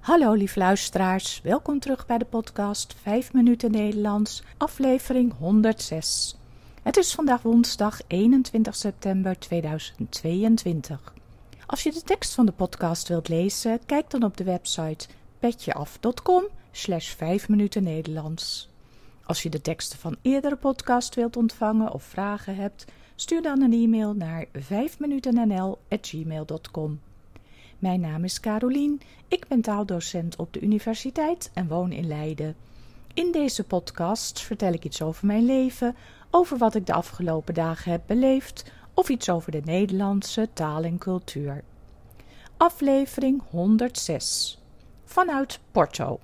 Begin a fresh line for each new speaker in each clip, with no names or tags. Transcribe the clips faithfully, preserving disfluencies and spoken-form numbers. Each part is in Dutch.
Hallo lieve luisteraars, welkom terug bij de podcast vijf minuten Nederlands, aflevering honderdzes. Het is vandaag woensdag eenentwintig september tweeduizend tweeëntwintig. Als je de tekst van de podcast wilt lezen, kijk dan op de website petjeaf.com slash vijf minuten Nederlands. Als je de teksten van eerdere podcast wilt ontvangen of vragen hebt, stuur dan een e-mail naar vijf minuten n l at gmail dot com. Mijn naam is Carolien, ik ben taaldocent op de universiteit en woon in Leiden. In deze podcast vertel ik iets over mijn leven, over wat ik de afgelopen dagen heb beleefd of iets over de Nederlandse taal en cultuur. Aflevering honderdzes. Vanuit Porto.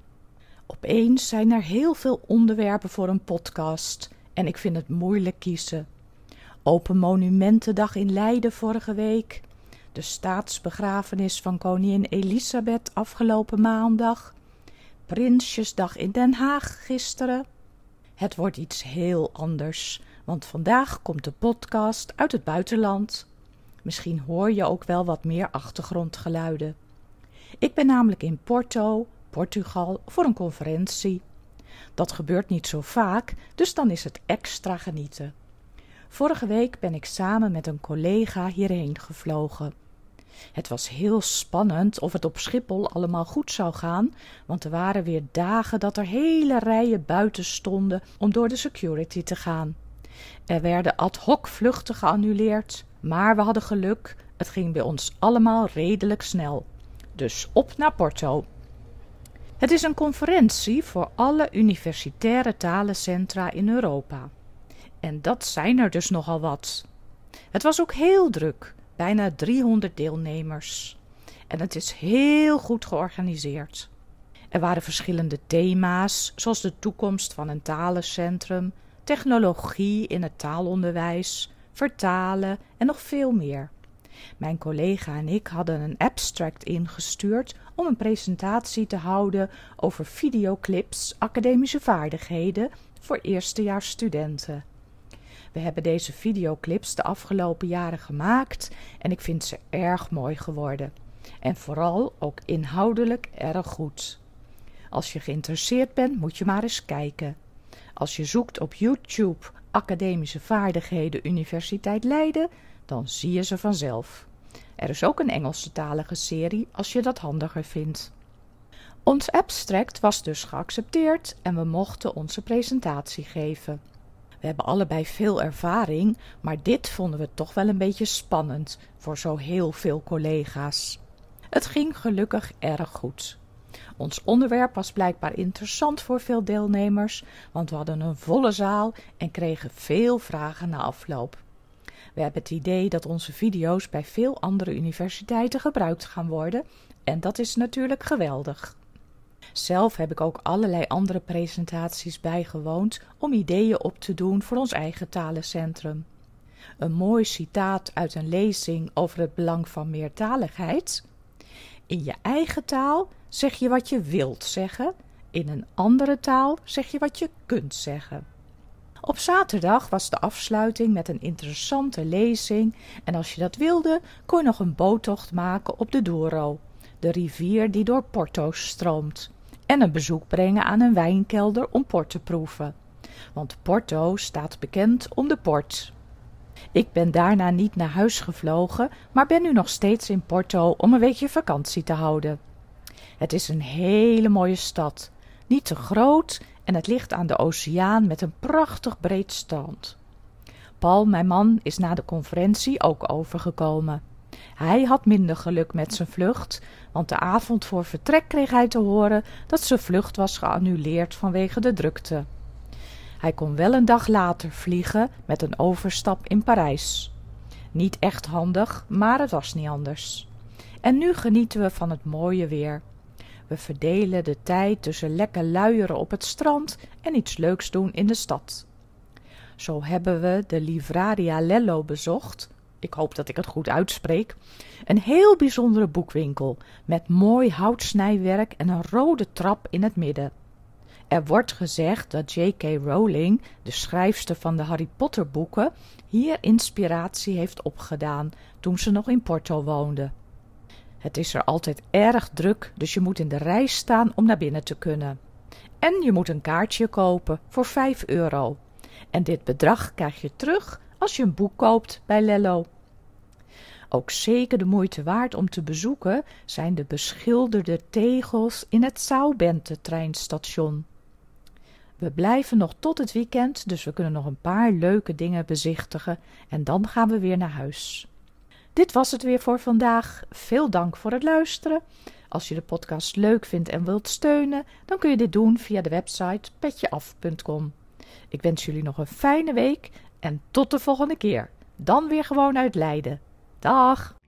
Opeens zijn er heel veel onderwerpen voor een podcast en ik vind het moeilijk kiezen. Open Monumentendag in Leiden vorige week. De staatsbegrafenis van koningin Elisabeth afgelopen maandag. Prinsjesdag in Den Haag gisteren. Het wordt iets heel anders, want vandaag komt de podcast uit het buitenland. Misschien hoor je ook wel wat meer achtergrondgeluiden. Ik ben namelijk in Porto, Portugal, voor een conferentie. Dat gebeurt niet zo vaak, dus dan is het extra genieten. Vorige week ben ik samen met een collega hierheen gevlogen. Het was heel spannend of het op Schiphol allemaal goed zou gaan, want er waren weer dagen dat er hele rijen buiten stonden om door de security te gaan. Er werden ad hoc vluchten geannuleerd, maar we hadden geluk, het ging bij ons allemaal redelijk snel. Dus op naar Porto. Het is een conferentie voor alle universitaire talencentra in Europa. En dat zijn er dus nogal wat. Het was ook heel druk, bijna driehonderd deelnemers. En het is heel goed georganiseerd. Er waren verschillende thema's, zoals de toekomst van een talencentrum, technologie in het taalonderwijs, vertalen en nog veel meer. Mijn collega en ik hadden een abstract ingestuurd om een presentatie te houden over videoclips, academische vaardigheden voor eerstejaarsstudenten. We hebben deze videoclips de afgelopen jaren gemaakt en ik vind ze erg mooi geworden. En vooral ook inhoudelijk erg goed. Als je geïnteresseerd bent, moet je maar eens kijken. Als je zoekt op YouTube Academische Vaardigheden Universiteit Leiden, dan zie je ze vanzelf. Er is ook een Engelstalige serie als je dat handiger vindt. Ons abstract was dus geaccepteerd en we mochten onze presentatie geven. We hebben allebei veel ervaring, maar dit vonden we toch wel een beetje spannend voor zo heel veel collega's. Het ging gelukkig erg goed. Ons onderwerp was blijkbaar interessant voor veel deelnemers, want we hadden een volle zaal en kregen veel vragen na afloop. We hebben het idee dat onze video's bij veel andere universiteiten gebruikt gaan worden en dat is natuurlijk geweldig. Zelf heb ik ook allerlei andere presentaties bijgewoond om ideeën op te doen voor ons eigen talencentrum. Een mooi citaat uit een lezing over het belang van meertaligheid. In je eigen taal zeg je wat je wilt zeggen, in een andere taal zeg je wat je kunt zeggen. Op zaterdag was de afsluiting met een interessante lezing en als je dat wilde, kon je nog een boottocht maken op de Douro, de rivier die door Porto stroomt, en een bezoek brengen aan een wijnkelder om port te proeven. Want Porto staat bekend om de port. Ik ben daarna niet naar huis gevlogen, maar ben nu nog steeds in Porto om een weekje vakantie te houden. Het is een hele mooie stad, niet te groot en het ligt aan de oceaan met een prachtig breed strand. Paul, mijn man, is na de conferentie ook overgekomen. Hij had minder geluk met zijn vlucht, want de avond voor vertrek kreeg hij te horen dat zijn vlucht was geannuleerd vanwege de drukte. Hij kon wel een dag later vliegen met een overstap in Parijs. Niet echt handig, maar het was niet anders. En nu genieten we van het mooie weer. We verdelen de tijd tussen lekker luieren op het strand en iets leuks doen in de stad. Zo hebben we de Livraria Lello bezocht. Ik hoop dat ik het goed uitspreek. Een heel bijzondere boekwinkel met mooi houtsnijwerk en een rode trap in het midden. Er wordt gezegd dat J K Rowling, de schrijfster van de Harry Potter boeken, hier inspiratie heeft opgedaan toen ze nog in Porto woonde. Het is er altijd erg druk, dus je moet in de rij staan om naar binnen te kunnen. En je moet een kaartje kopen voor vijf euro. En dit bedrag krijg je terug als je een boek koopt bij Lello. Ook zeker de moeite waard om te bezoeken zijn de beschilderde tegels in het Sauwbente-treinstation. We blijven nog tot het weekend, dus we kunnen nog een paar leuke dingen bezichtigen en dan gaan we weer naar huis. Dit was het weer voor vandaag. Veel dank voor het luisteren. Als je de podcast leuk vindt en wilt steunen, dan kun je dit doen via de website petjeaf punt com. Ik wens jullie nog een fijne week en tot de volgende keer. Dan weer gewoon uit Leiden. Dag!